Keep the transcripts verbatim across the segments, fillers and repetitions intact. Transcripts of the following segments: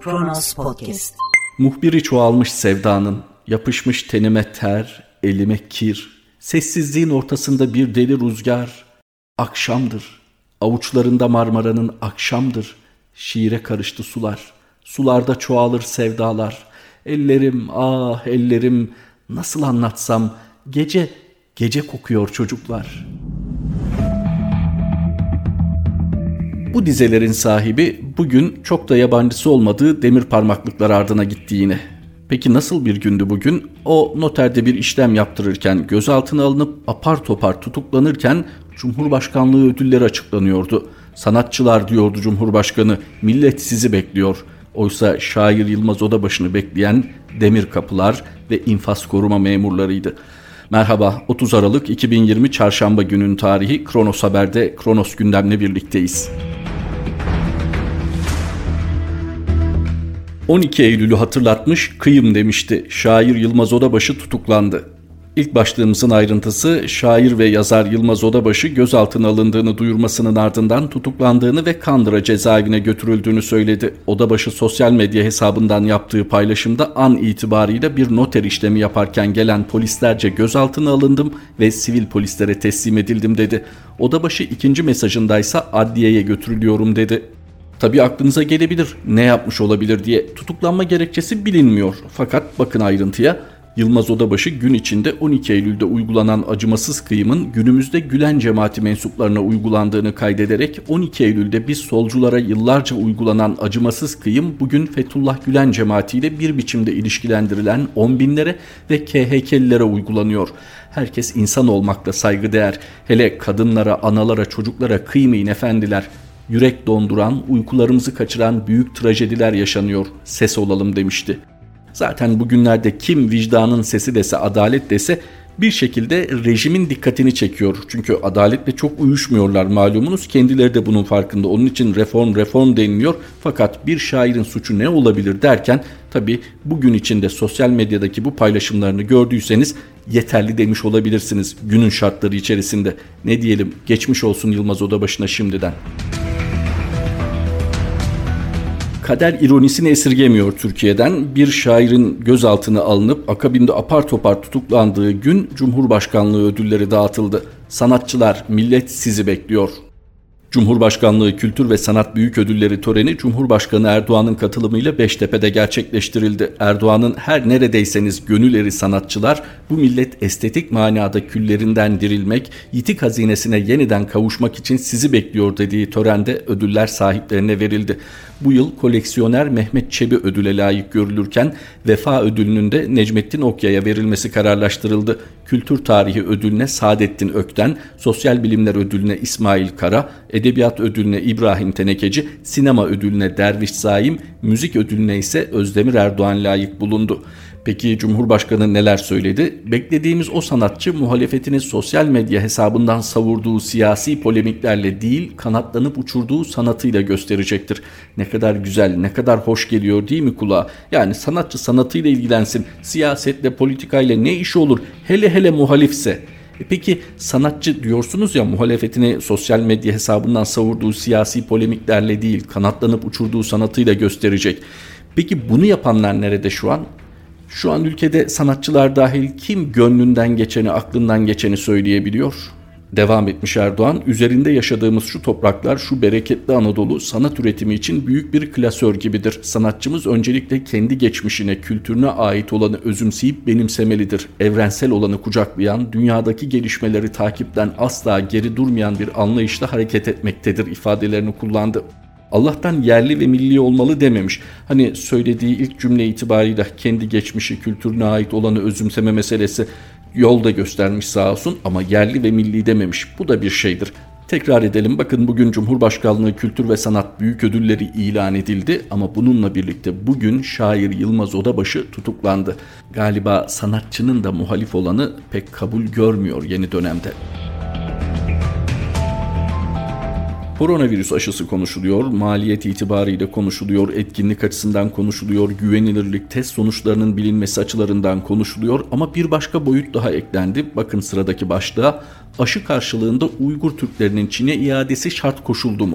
Kronos Podcast. Muhbiri çoğalmış sevdanın, yapışmış tenime ter, elime kir. Sessizliğin ortasında bir deli rüzgar. Akşamdır, avuçlarında Marmara'nın akşamdır. Şiire karıştı sular, sularda çoğalır sevdalar. Ellerim, ah ellerim, nasıl anlatsam, gece, gece kokuyor çocuklar. Bu dizelerin sahibi bugün çok da yabancısı olmadığı demir parmaklıklar ardına gitti yine. Peki nasıl bir gündü bugün? O noterde bir işlem yaptırırken, gözaltına alınıp apar topar tutuklanırken Cumhurbaşkanlığı ödülleri açıklanıyordu. Sanatçılar diyordu Cumhurbaşkanı, millet sizi bekliyor. Oysa şair Yılmaz Odabaşı'nı bekleyen demir kapılar ve infaz koruma memurlarıydı. Merhaba, otuz Aralık iki bin yirmi Çarşamba günün tarihi. Kronos Haber'de Kronos gündemle birlikteyiz. on iki Eylül'ü hatırlatmış, kıyım demişti. Şair Yılmaz Odabaşı tutuklandı. İlk başlığımızın ayrıntısı, şair ve yazar Yılmaz Odabaşı gözaltına alındığını duyurmasının ardından tutuklandığını ve Kandıra cezaevine götürüldüğünü söyledi. Odabaşı sosyal medya hesabından yaptığı paylaşımda an itibariyle bir noter işlemi yaparken gelen polislerce gözaltına alındım ve sivil polislere teslim edildim dedi. Odabaşı ikinci mesajındaysa adliyeye götürülüyorum dedi. Tabii aklınıza gelebilir, ne yapmış olabilir diye. Tutuklanma gerekçesi bilinmiyor. Fakat bakın ayrıntıya. Yılmaz Odabaşı gün içinde on iki Eylül'de uygulanan acımasız kıyımın günümüzde Gülen cemaati mensuplarına uygulandığını kaydederek on iki Eylül'de biz solculara yıllarca uygulanan acımasız kıyım bugün Fethullah Gülen cemaatiyle bir biçimde ilişkilendirilen on binlere ve K H K'lilere uygulanıyor. Herkes insan olmakla saygıdeğer. Hele kadınlara, analara, çocuklara kıymayın efendiler. Yürek donduran, uykularımızı kaçıran büyük trajediler yaşanıyor. Ses olalım demişti. Zaten bugünlerde kim vicdanın sesi dese, adalet dese bir şekilde rejimin dikkatini çekiyor. Çünkü adaletle çok uyuşmuyorlar malumunuz. Kendileri de bunun farkında. Onun için reform reform deniliyor. Fakat bir şairin suçu ne olabilir derken tabii bugün içinde sosyal medyadaki bu paylaşımlarını gördüyseniz yeterli demiş olabilirsiniz günün şartları içerisinde. Ne diyelim, geçmiş olsun Yılmaz Odabaşı'na şimdiden. Kader ironisini esirgemiyor Türkiye'den. Bir şairin gözaltına alınıp akabinde apar topar tutuklandığı gün Cumhurbaşkanlığı ödülleri dağıtıldı. Sanatçılar, millet sizi bekliyor. Cumhurbaşkanlığı Kültür ve Sanat Büyük Ödülleri töreni Cumhurbaşkanı Erdoğan'ın katılımıyla Beştepe'de gerçekleştirildi. Erdoğan'ın her neredeyseniz gönül eri sanatçılar, bu millet estetik manada küllerinden dirilmek, yitik hazinesine yeniden kavuşmak için sizi bekliyor dediği törende ödüller sahiplerine verildi. Bu yıl koleksiyoner Mehmet Çebi ödüle layık görülürken Vefa ödülünün de Necmettin Okya'ya verilmesi kararlaştırıldı. Kültür tarihi ödülüne Saadettin Ökten, sosyal bilimler ödülüne İsmail Kara, edebiyat ödülüne İbrahim Tenekeci, sinema ödülüne Derviş Zaim, müzik ödülüne ise Özdemir Erdoğan layık bulundu. Peki Cumhurbaşkanı neler söyledi? Beklediğimiz o sanatçı muhalefetini sosyal medya hesabından savurduğu siyasi polemiklerle değil, kanatlanıp uçurduğu sanatıyla gösterecektir. Ne kadar güzel, ne kadar hoş geliyor değil mi kulağa? Yani sanatçı sanatıyla ilgilensin, siyasetle, politikayla ne işi olur? Hele hele muhalifse. E peki sanatçı diyorsunuz ya, muhalefetini sosyal medya hesabından savurduğu siyasi polemiklerle değil, kanatlanıp uçurduğu sanatıyla gösterecek. Peki bunu yapanlar nerede şu an? Şu an ülkede sanatçılar dahil kim gönlünden geçeni, aklından geçeni söyleyebiliyor? Devam etmiş Erdoğan, üzerinde yaşadığımız şu topraklar, şu bereketli Anadolu sanat üretimi için büyük bir klasör gibidir. Sanatçımız öncelikle kendi geçmişine, kültürüne ait olanı özümseyip benimsemelidir. Evrensel olanı kucaklayan, dünyadaki gelişmeleri takipten asla geri durmayan bir anlayışla hareket etmektedir ifadelerini kullandı. Allah'tan yerli ve milli olmalı dememiş. Hani söylediği ilk cümle itibariyle kendi geçmişi, kültürüne ait olanı özümseme meselesi yolda göstermiş sağ olsun, ama yerli ve milli dememiş. Bu da bir şeydir. Tekrar edelim, bakın bugün Cumhurbaşkanlığı Kültür ve Sanat Büyük Ödülleri ilan edildi ama bununla birlikte bugün şair Yılmaz Odabaşı tutuklandı. Galiba sanatçının da muhalif olanı pek kabul görmüyor yeni dönemde. Koronavirüs aşısı konuşuluyor, maliyet itibariyle konuşuluyor, etkinlik açısından konuşuluyor, güvenilirlik, test sonuçlarının bilinmesi açılarından konuşuluyor ama bir başka boyut daha eklendi. Bakın sıradaki başlığa, aşı karşılığında Uygur Türklerinin Çin'e iadesi şart koşuldu mu?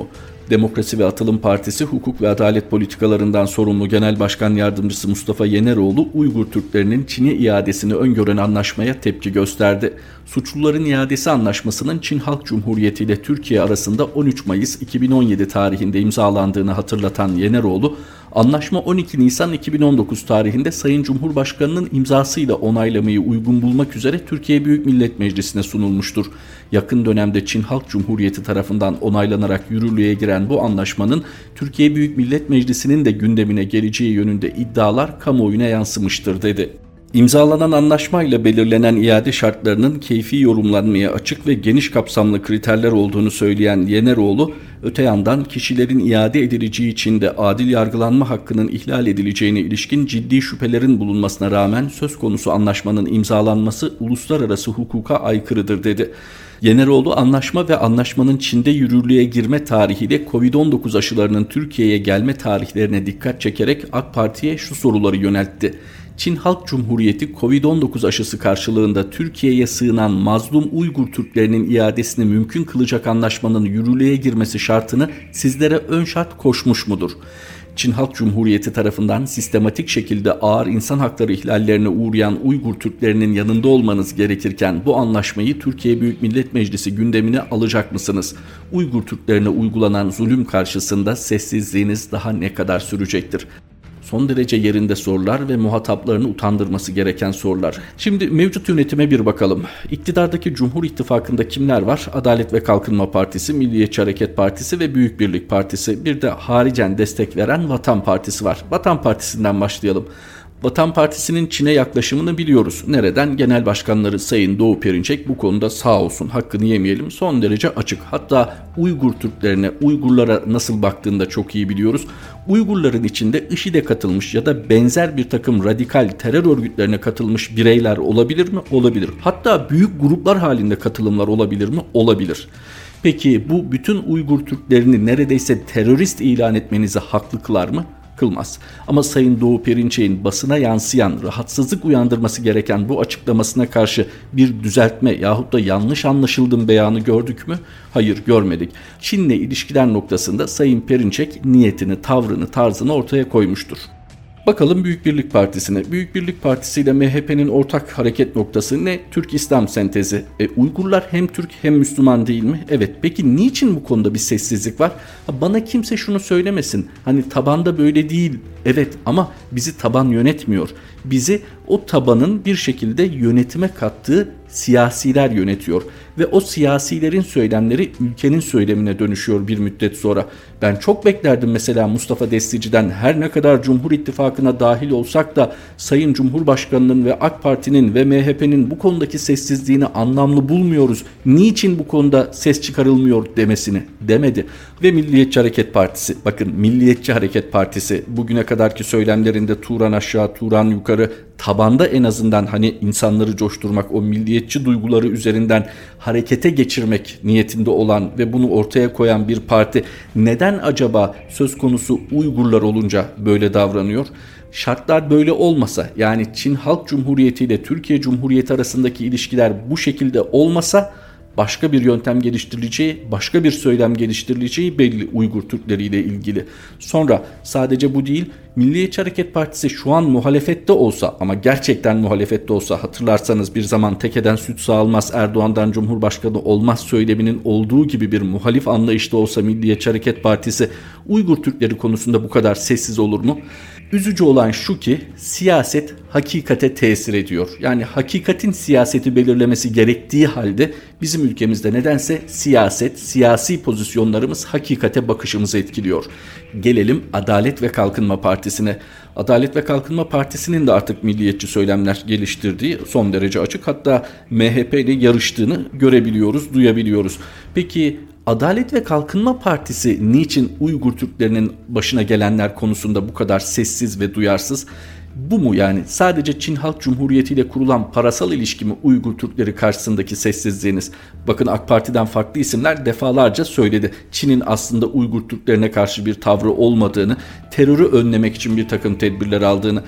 Demokrasi ve Atılım Partisi Hukuk ve Adalet Politikalarından sorumlu Genel Başkan Yardımcısı Mustafa Yeneroğlu, Uygur Türklerinin Çin'e iadesini öngören anlaşmaya tepki gösterdi. Suçluların iadesi anlaşmasının Çin Halk Cumhuriyeti ile Türkiye arasında on üç Mayıs iki bin on yedi tarihinde imzalandığını hatırlatan Yeneroğlu, anlaşma on iki Nisan iki bin on dokuz tarihinde Sayın Cumhurbaşkanı'nın imzasıyla onaylamayı uygun bulmak üzere Türkiye Büyük Millet Meclisi'ne sunulmuştur. Yakın dönemde Çin Halk Cumhuriyeti tarafından onaylanarak yürürlüğe giren bu anlaşmanın Türkiye Büyük Millet Meclisi'nin de gündemine geleceği yönünde iddialar kamuoyuna yansımıştır dedi. İmzalanan anlaşmayla belirlenen iade şartlarının keyfi yorumlanmaya açık ve geniş kapsamlı kriterler olduğunu söyleyen Yeneroğlu, öte yandan kişilerin iade edileceği için de adil yargılanma hakkının ihlal edileceğine ilişkin ciddi şüphelerin bulunmasına rağmen söz konusu anlaşmanın imzalanması uluslararası hukuka aykırıdır dedi. Yeneroğlu, anlaşma ve anlaşmanın Çin'de yürürlüğe girme tarihiyle kovid on dokuz aşılarının Türkiye'ye gelme tarihlerine dikkat çekerek AK Parti'ye şu soruları yöneltti. Çin Halk Cumhuriyeti kovid on dokuz aşısı karşılığında Türkiye'ye sığınan mazlum Uygur Türklerinin iadesini mümkün kılacak anlaşmanın yürürlüğe girmesi şartını sizlere ön şart koşmuş mudur? Çin Halk Cumhuriyeti tarafından sistematik şekilde ağır insan hakları ihlallerine uğrayan Uygur Türklerinin yanında olmanız gerekirken bu anlaşmayı Türkiye Büyük Millet Meclisi gündemine alacak mısınız? Uygur Türklerine uygulanan zulüm karşısında sessizliğiniz daha ne kadar sürecektir? Son derece yerinde sorular ve muhataplarını utandırması gereken sorular. Şimdi mevcut yönetime bir bakalım. İktidardaki Cumhur İttifakı'nda kimler var? Adalet ve Kalkınma Partisi, Milliyetçi Hareket Partisi ve Büyük Birlik Partisi. Bir de haricen destek veren Vatan Partisi var. Vatan Partisi'nden başlayalım. Vatan Partisi'nin Çin'e yaklaşımını biliyoruz. Nereden? Genel Başkanları Sayın Doğu Perinçek bu konuda sağ olsun, hakkını yemeyelim, son derece açık. Hatta Uygur Türklerine, Uygurlara nasıl baktığını da çok iyi biliyoruz. Uygurların içinde IŞİD'e katılmış ya da benzer bir takım radikal terör örgütlerine katılmış bireyler olabilir mi? Olabilir. Hatta büyük gruplar halinde katılımlar olabilir mi? Olabilir. Peki bu bütün Uygur Türklerini neredeyse terörist ilan etmenizi haklı kılar mı? Kılmaz. Ama Sayın Doğu Perinçek'in basına yansıyan, rahatsızlık uyandırması gereken bu açıklamasına karşı bir düzeltme yahut da yanlış anlaşıldım beyanı gördük mü? Hayır, görmedik. Çin'le ilişkiler noktasında Sayın Perinçek niyetini, tavrını, tarzını ortaya koymuştur. Bakalım Büyük Birlik Partisi'ne. Büyük Birlik Partisi ile M H P'nin ortak hareket noktası ne? Türk-İslam sentezi. E, Uygurlar hem Türk hem Müslüman değil mi? Evet. Peki niçin bu konuda bir sessizlik var? Ha, bana kimse şunu söylemesin. Hani tabanda böyle değil. Evet, ama bizi taban yönetmiyor. Bizi o tabanın bir şekilde yönetime kattığı siyasiler yönetiyor. Ve o siyasilerin söylemleri ülkenin söylemine dönüşüyor bir müddet sonra. Ben çok beklerdim mesela Mustafa Destici'den, her ne kadar Cumhur İttifakı'na dahil olsak da Sayın Cumhurbaşkanı'nın ve AK Parti'nin ve M H P'nin bu konudaki sessizliğini anlamlı bulmuyoruz, niçin bu konuda ses çıkarılmıyor demesini. Demedi. Ve Milliyetçi Hareket Partisi, bakın Milliyetçi Hareket Partisi bugüne kadarki söylemlerinde Turan aşağı Turan yukarı, tabanda en azından hani insanları coşturmak, o milliyetçi duyguları üzerinden harekete geçirmek niyetinde olan ve bunu ortaya koyan bir parti neden acaba söz konusu Uygurlar olunca böyle davranıyor? Şartlar böyle olmasa, yani Çin Halk Cumhuriyeti ile Türkiye Cumhuriyeti arasındaki ilişkiler bu şekilde olmasa başka bir yöntem geliştirileceği, başka bir söylem geliştirileceği belli Uygur Türkleri ile ilgili. Sonra sadece bu değil, Milliyetçi Hareket Partisi şu an muhalefette olsa, ama gerçekten muhalefette olsa, hatırlarsanız bir zaman tekeden süt sağılmaz, Erdoğan'dan Cumhurbaşkanı olmaz söyleminin olduğu gibi bir muhalif anlayışta olsa Milliyetçi Hareket Partisi, Uygur Türkleri konusunda bu kadar sessiz olur mu? Üzücü olan şu ki siyaset hakikate tesir ediyor. Yani hakikatin siyaseti belirlemesi gerektiği halde bizim ülkemizde nedense siyaset, siyasi pozisyonlarımız hakikate bakışımızı etkiliyor. Gelelim Adalet ve Kalkınma Partisi'ne. Adalet ve Kalkınma Partisi'nin de artık milliyetçi söylemler geliştirdiği son derece açık. Hatta M H P ile yarıştığını görebiliyoruz, duyabiliyoruz. Peki Adalet ve Kalkınma Partisi niçin Uygur Türklerinin başına gelenler konusunda bu kadar sessiz ve duyarsız? Bu mu yani? Sadece Çin Halk Cumhuriyeti ile kurulan parasal ilişki mi Uygur Türkleri karşısındaki sessizliğiniz? Bakın AK Parti'den farklı isimler defalarca söyledi. Çin'in aslında Uygur Türklerine karşı bir tavrı olmadığını, terörü önlemek için bir takım tedbirler aldığını.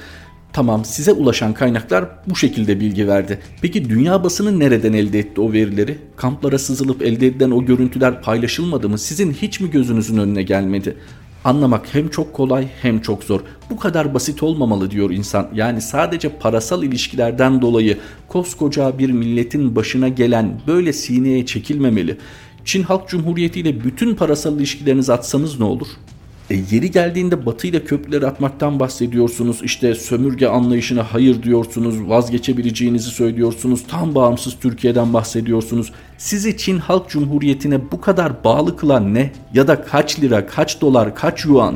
Tamam, size ulaşan kaynaklar bu şekilde bilgi verdi. Peki dünya basını nereden elde etti o verileri? Kamplara sızılıp elde edilen o görüntüler paylaşılmadı mı? Sizin hiç mi gözünüzün önüne gelmedi? Anlamak hem çok kolay hem çok zor. Bu kadar basit olmamalı diyor insan. Yani sadece parasal ilişkilerden dolayı koskoca bir milletin başına gelen böyle sineye çekilmemeli. Çin Halk Cumhuriyeti ile bütün parasal ilişkilerinizi atsanız ne olur? E, yeri geldiğinde Batı ile köprüleri atmaktan bahsediyorsunuz. İşte sömürge anlayışına hayır diyorsunuz. Vazgeçebileceğinizi söylüyorsunuz. Tam bağımsız Türkiye'den bahsediyorsunuz. Sizi Çin Halk Cumhuriyeti'ne bu kadar bağlı kılan ne? Ya da kaç lira, kaç dolar, kaç yuan?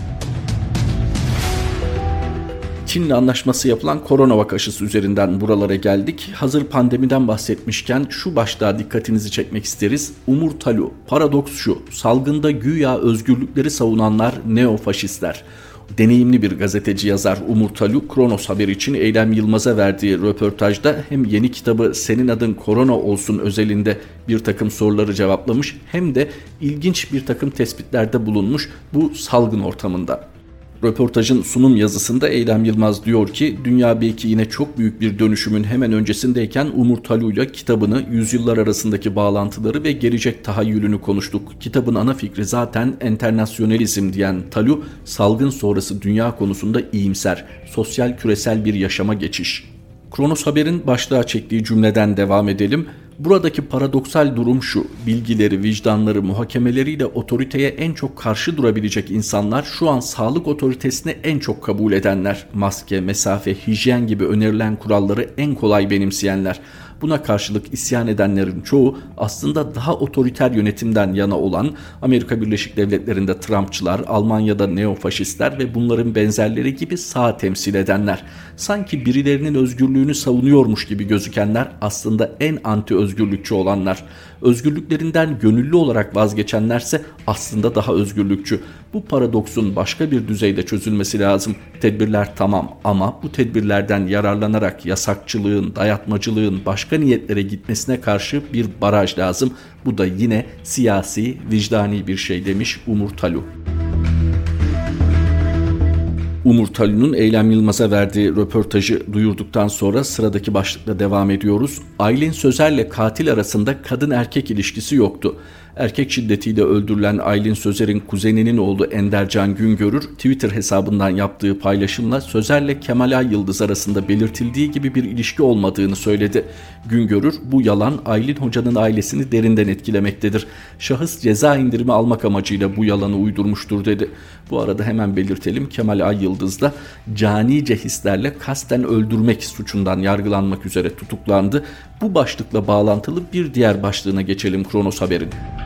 Çin'le anlaşması yapılan Coronavac aşısı üzerinden buralara geldik. Hazır pandemiden bahsetmişken şu başlığa dikkatinizi çekmek isteriz. Umur Talu, paradoks şu: salgında güya özgürlükleri savunanlar neofaşistler. Deneyimli bir gazeteci yazar Umur Talu, Kronos Haber için Eylem Yılmaz'a verdiği röportajda hem yeni kitabı Senin Adın Korona Olsun özelinde bir takım soruları cevaplamış, hem de ilginç bir takım tespitlerde bulunmuş bu salgın ortamında. Röportajın sunum yazısında Eylem Yılmaz diyor ki, dünya belki yine çok büyük bir dönüşümün hemen öncesindeyken Umur Talu'yla kitabını, yüzyıllar arasındaki bağlantıları ve gelecek tahayyülünü konuştuk. Kitabın ana fikri zaten enternasyonalizm diyen Talu, salgın sonrası dünya konusunda iyimser, sosyal küresel bir yaşama geçiş. Kronos Haber'in başlığa çektiği cümleden devam edelim. Buradaki paradoksal durum şu: bilgileri, vicdanları, muhakemeleriyle otoriteye en çok karşı durabilecek insanlar şu an sağlık otoritesini en çok kabul edenler, maske, mesafe, hijyen gibi önerilen kuralları en kolay benimseyenler. Buna karşılık isyan edenlerin çoğu aslında daha otoriter yönetimden yana olan Amerika Birleşik Devletleri'nde Trumpçılar, Almanya'da neofaşistler ve bunların benzerleri gibi sağ temsil edenler. Sanki birilerinin özgürlüğünü savunuyormuş gibi gözükenler aslında en anti özgürlükçü olanlar. Özgürlüklerinden gönüllü olarak vazgeçenlerse aslında daha özgürlükçü. Bu paradoksun başka bir düzeyde çözülmesi lazım. Tedbirler tamam, ama bu tedbirlerden yararlanarak yasakçılığın, dayatmacılığın başka niyetlere gitmesine karşı bir baraj lazım. Bu da yine siyasi, vicdani bir şey demiş Umur Talu. Umur Talu'nun Eylem Yılmaz'a verdiği röportajı duyurduktan sonra sıradaki başlıkla devam ediyoruz. Aylin Sözer'le katil arasında kadın erkek ilişkisi yoktu. Erkek şiddetiyle öldürülen Aylin Sözer'in kuzeninin oğlu Endercan Güngörür Twitter hesabından yaptığı paylaşımla Sözer'le Kemal Ayyıldız arasında belirtildiği gibi bir ilişki olmadığını söyledi. Güngörür, bu yalan Aylin Hoca'nın ailesini derinden etkilemektedir. Şahıs ceza indirimi almak amacıyla bu yalanı uydurmuştur dedi. Bu arada hemen belirtelim, Kemal Ayyıldız da canice hislerle kasten öldürmek suçundan yargılanmak üzere tutuklandı. Bu başlıkla bağlantılı bir diğer başlığına geçelim Kronos Haber'in.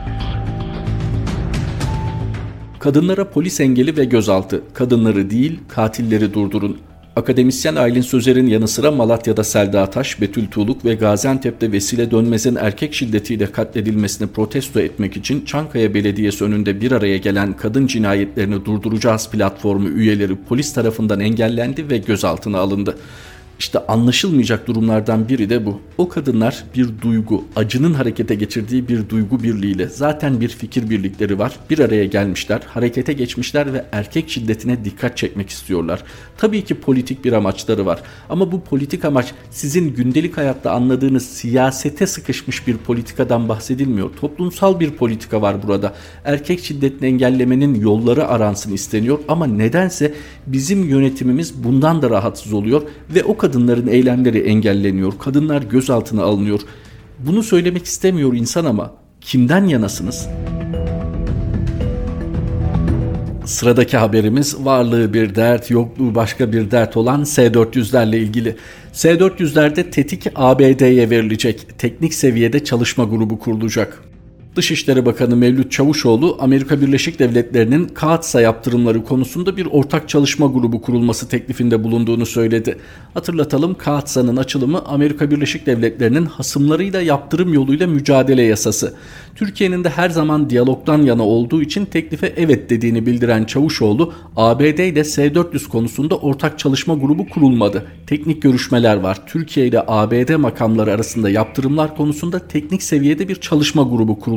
Kadınlara polis engeli ve gözaltı. Kadınları değil, katilleri durdurun. Akademisyen Aylin Sözer'in yanı sıra Malatya'da Selda Taş, Betül Tuğluk ve Gaziantep'te Vesile Dönmez'in erkek şiddetiyle katledilmesini protesto etmek için Çankaya Belediyesi önünde bir araya gelen Kadın Cinayetlerini Durduracağız platformu üyeleri polis tarafından engellendi ve gözaltına alındı. İşte anlaşılmayacak durumlardan biri de bu. O kadınlar bir duygu, acının harekete geçirdiği bir duygu birliğiyle, zaten bir fikir birlikleri var. Bir araya gelmişler, harekete geçmişler ve erkek şiddetine dikkat çekmek istiyorlar. Tabii ki politik bir amaçları var. Ama bu politik amaç sizin gündelik hayatta anladığınız siyasete sıkışmış bir politikadan bahsedilmiyor. Toplumsal bir politika var burada. Erkek şiddetini engellemenin yolları aransın isteniyor ama nedense bizim yönetimimiz bundan da rahatsız oluyor ve o kadınların eylemleri engelleniyor. Kadınlar gözaltına alınıyor. Bunu söylemek istemiyor insan ama kimden yanasınız? Sıradaki haberimiz varlığı bir dert, yokluğu başka bir dert olan S dört yüzlerle ilgili. S dört yüzlerde tetik A B D'ye verilecek. Teknik seviyede çalışma grubu kurulacak. Dışişleri Bakanı Mevlüt Çavuşoğlu, Amerika Birleşik Devletleri'nin Kaatsa yaptırımları konusunda bir ortak çalışma grubu kurulması teklifinde bulunduğunu söyledi. Hatırlatalım, Kaatsa'nın açılımı Amerika Birleşik Devletleri'nin hasımlarıyla yaptırım yoluyla mücadele yasası. Türkiye'nin de her zaman diyalogdan yana olduğu için teklife evet dediğini bildiren Çavuşoğlu, A B D ile S dört yüz konusunda ortak çalışma grubu kurulmadı. Teknik görüşmeler var. Türkiye ile A B D makamları arasında yaptırımlar konusunda teknik seviyede bir çalışma grubu kurulacak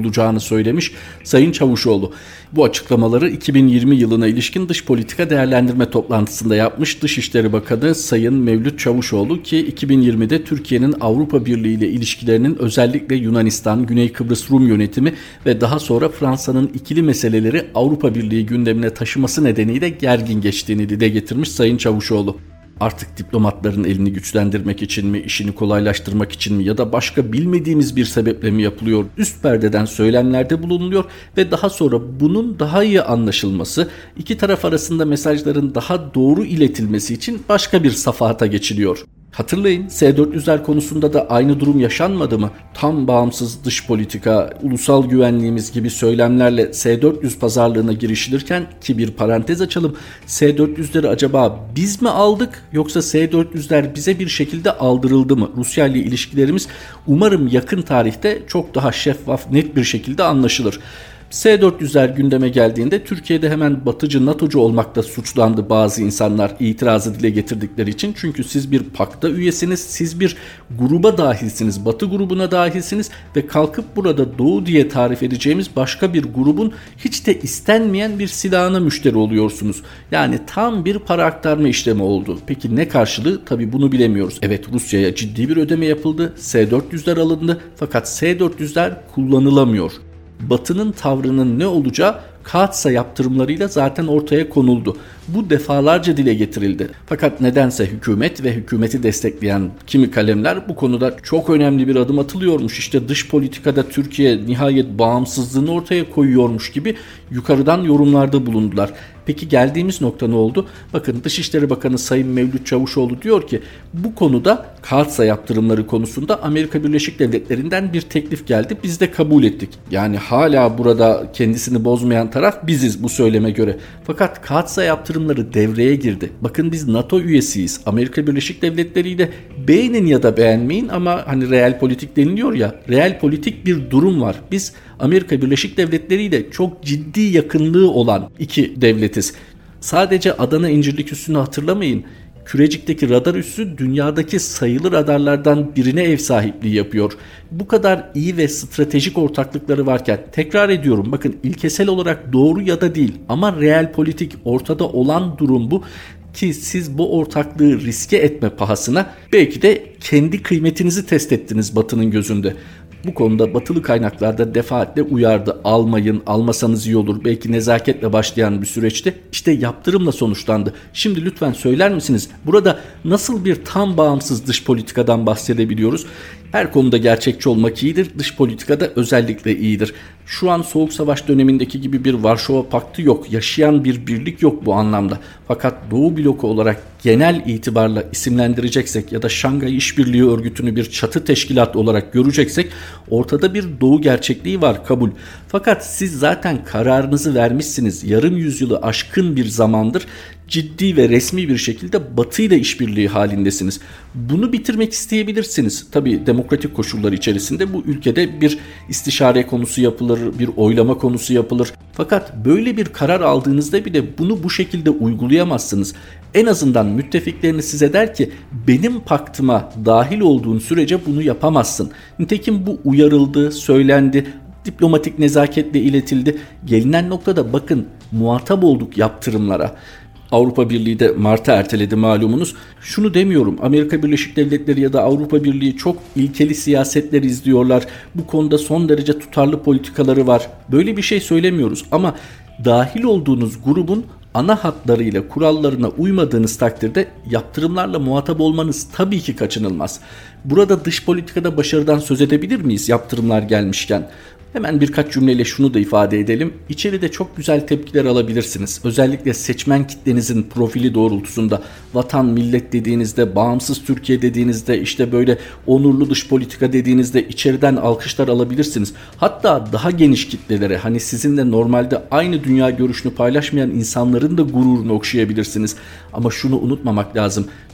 olacağını söylemiş Sayın Çavuşoğlu. Bu açıklamaları iki bin yirmi yılına ilişkin dış politika değerlendirme toplantısında yapmış Dışişleri Bakanı Sayın Mevlüt Çavuşoğlu ki iki bin yirmide Türkiye'nin Avrupa Birliği ile ilişkilerinin özellikle Yunanistan, Güney Kıbrıs Rum yönetimi ve daha sonra Fransa'nın ikili meseleleri Avrupa Birliği gündemine taşıması nedeniyle gergin geçtiğini dile getirmiş Sayın Çavuşoğlu. Artık diplomatların elini güçlendirmek için mi, işini kolaylaştırmak için mi ya da başka bilmediğimiz bir sebeple mi yapılıyor? Üst perdeden söylemlerde bulunuluyor ve daha sonra bunun daha iyi anlaşılması, iki taraf arasında mesajların daha doğru iletilmesi için başka bir safhata geçiliyor. Hatırlayın, S dört yüzler konusunda da aynı durum yaşanmadı mı? Tam bağımsız dış politika, ulusal güvenliğimiz gibi söylemlerle S dört yüz pazarlığına girişilirken ki bir parantez açalım. S dört yüzleri acaba biz mi aldık yoksa S dört yüzler bize bir şekilde aldırıldı mı? Rusya ile ilişkilerimiz umarım yakın tarihte çok daha şeffaf, net bir şekilde anlaşılır. S dört yüzler gündeme geldiğinde Türkiye'de hemen batıcı NATO'cu olmakta suçlandı bazı insanlar itirazı dile getirdikleri için. Çünkü siz bir pakta üyesiniz, siz bir gruba dahilsiniz, Batı grubuna dahilsiniz ve kalkıp burada Doğu diye tarif edeceğimiz başka bir grubun hiç de istenmeyen bir silahına müşteri oluyorsunuz. Yani tam bir para aktarma işlemi oldu. Peki ne karşılığı? Tabii bunu bilemiyoruz. Evet, Rusya'ya ciddi bir ödeme yapıldı, S dört yüzler alındı fakat S dört yüzler kullanılamıyor. Batı'nın tavrının ne olacağı Kaatsa yaptırımlarıyla zaten ortaya konuldu. Bu defalarca dile getirildi. Fakat nedense hükümet ve hükümeti destekleyen kimi kalemler bu konuda çok önemli bir adım atılıyormuş. İşte dış politikada Türkiye nihayet bağımsızlığını ortaya koyuyormuş gibi yukarıdan yorumlarda bulundular. Peki geldiğimiz nokta ne oldu? Bakın, Dışişleri Bakanı Sayın Mevlüt Çavuşoğlu diyor ki bu konuda Kaatsa yaptırımları konusunda Amerika Birleşik Devletleri'nden bir teklif geldi. Biz de kabul ettik. Yani hala burada kendisini bozmayan taraf biziz bu söyleme göre. Fakat Kaatsa yaptırımları devreye girdi. Bakın, biz NATO üyesiyiz. Amerika Birleşik Devletleri ile beğenin ya da beğenmeyin ama hani real politik deniliyor ya, real politik bir durum var. Biz Amerika Birleşik Devletleri ile çok ciddi yakınlığı olan iki devletiz. Sadece Adana İncirlik üssünü hatırlamayın. Kürecik'teki radar üssü dünyadaki sayılı radarlardan birine ev sahipliği yapıyor. Bu kadar iyi ve stratejik ortaklıkları varken, tekrar ediyorum, bakın ilkesel olarak doğru ya da değil ama real politik ortada olan durum bu ki siz bu ortaklığı riske etme pahasına belki de kendi kıymetinizi test ettiniz Batı'nın gözünde. Bu konuda batılı kaynaklarda defaatle uyardı. Almayın, almasanız iyi olur. Belki nezaketle başlayan bir süreçti. İşte yaptırımla sonuçlandı. Şimdi lütfen söyler misiniz? Burada nasıl bir tam bağımsız dış politikadan bahsedebiliyoruz? Her konuda gerçekçi olmak iyidir. Dış politikada özellikle iyidir. Şu an Soğuk Savaş dönemindeki gibi bir Varşova Paktı yok. Yaşayan bir birlik yok bu anlamda. Fakat Doğu bloku olarak genel itibarla isimlendireceksek ya da Şangay İşbirliği Örgütü'nü bir çatı teşkilat olarak göreceksek ortada bir Doğu gerçekliği var, kabul. Fakat siz zaten kararınızı vermişsiniz. Yarım yüzyılı aşkın bir zamandır ciddi ve resmi bir şekilde Batı ile işbirliği halindesiniz. Bunu bitirmek isteyebilirsiniz. Tabii demokratik koşullar içerisinde bu ülkede bir istişare konusu yapılır, bir oylama konusu yapılır. Fakat böyle bir karar aldığınızda bile bunu bu şekilde uygulayamazsınız. En azından müttefikleriniz size der ki benim paktıma dahil olduğun sürece bunu yapamazsın. Nitekim bu uyarıldı, söylendi, diplomatik nezaketle iletildi. Gelinen noktada bakın muhatap olduk yaptırımlara. Avrupa Birliği de Mart'a erteledi malumunuz. Şunu demiyorum, Amerika Birleşik Devletleri ya da Avrupa Birliği çok ilkeli siyasetler izliyorlar. Bu konuda son derece tutarlı politikaları var. Böyle bir şey söylemiyoruz ama dahil olduğunuz grubun ana hatlarıyla kurallarına uymadığınız takdirde yaptırımlarla muhatap olmanız tabii ki kaçınılmaz. Burada dış politikada başarıdan söz edebilir miyiz yaptırımlar gelmişken? Hemen birkaç cümleyle şunu da ifade edelim. İçeride çok güzel tepkiler alabilirsiniz. Özellikle seçmen kitlenizin profili doğrultusunda vatan, millet dediğinizde, bağımsız Türkiye dediğinizde, işte böyle onurlu dış politika dediğinizde içeriden alkışlar alabilirsiniz. Hatta daha geniş kitlelere, hani sizinle normalde aynı dünya görüşünü paylaşmayan insanların da gururunu okşayabilirsiniz. Ama şunu unutmamak lazım.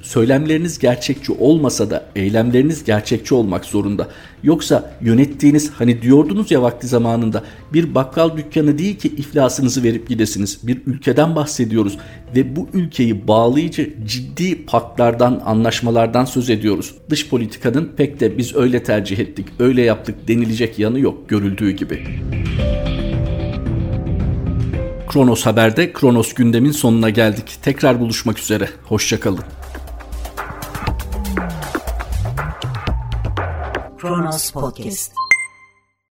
Söylemleriniz gerçekçi olmasa da eylemleriniz gerçekçi olmak zorunda. Yoksa yönettiğiniz, hani diyordunuz ya vakti zamanında, bir bakkal dükkanı değil ki iflasınızı verip gidesiniz. Bir ülkeden bahsediyoruz ve bu ülkeyi bağlayıcı ciddi paktlardan, anlaşmalardan söz ediyoruz. Dış politikanın pek de biz öyle tercih ettik, öyle yaptık denilecek yanı yok görüldüğü gibi. Kronos Haber'de Kronos Gündem'in sonuna geldik. Tekrar buluşmak üzere. Hoşça kalın. Kronos Podcast.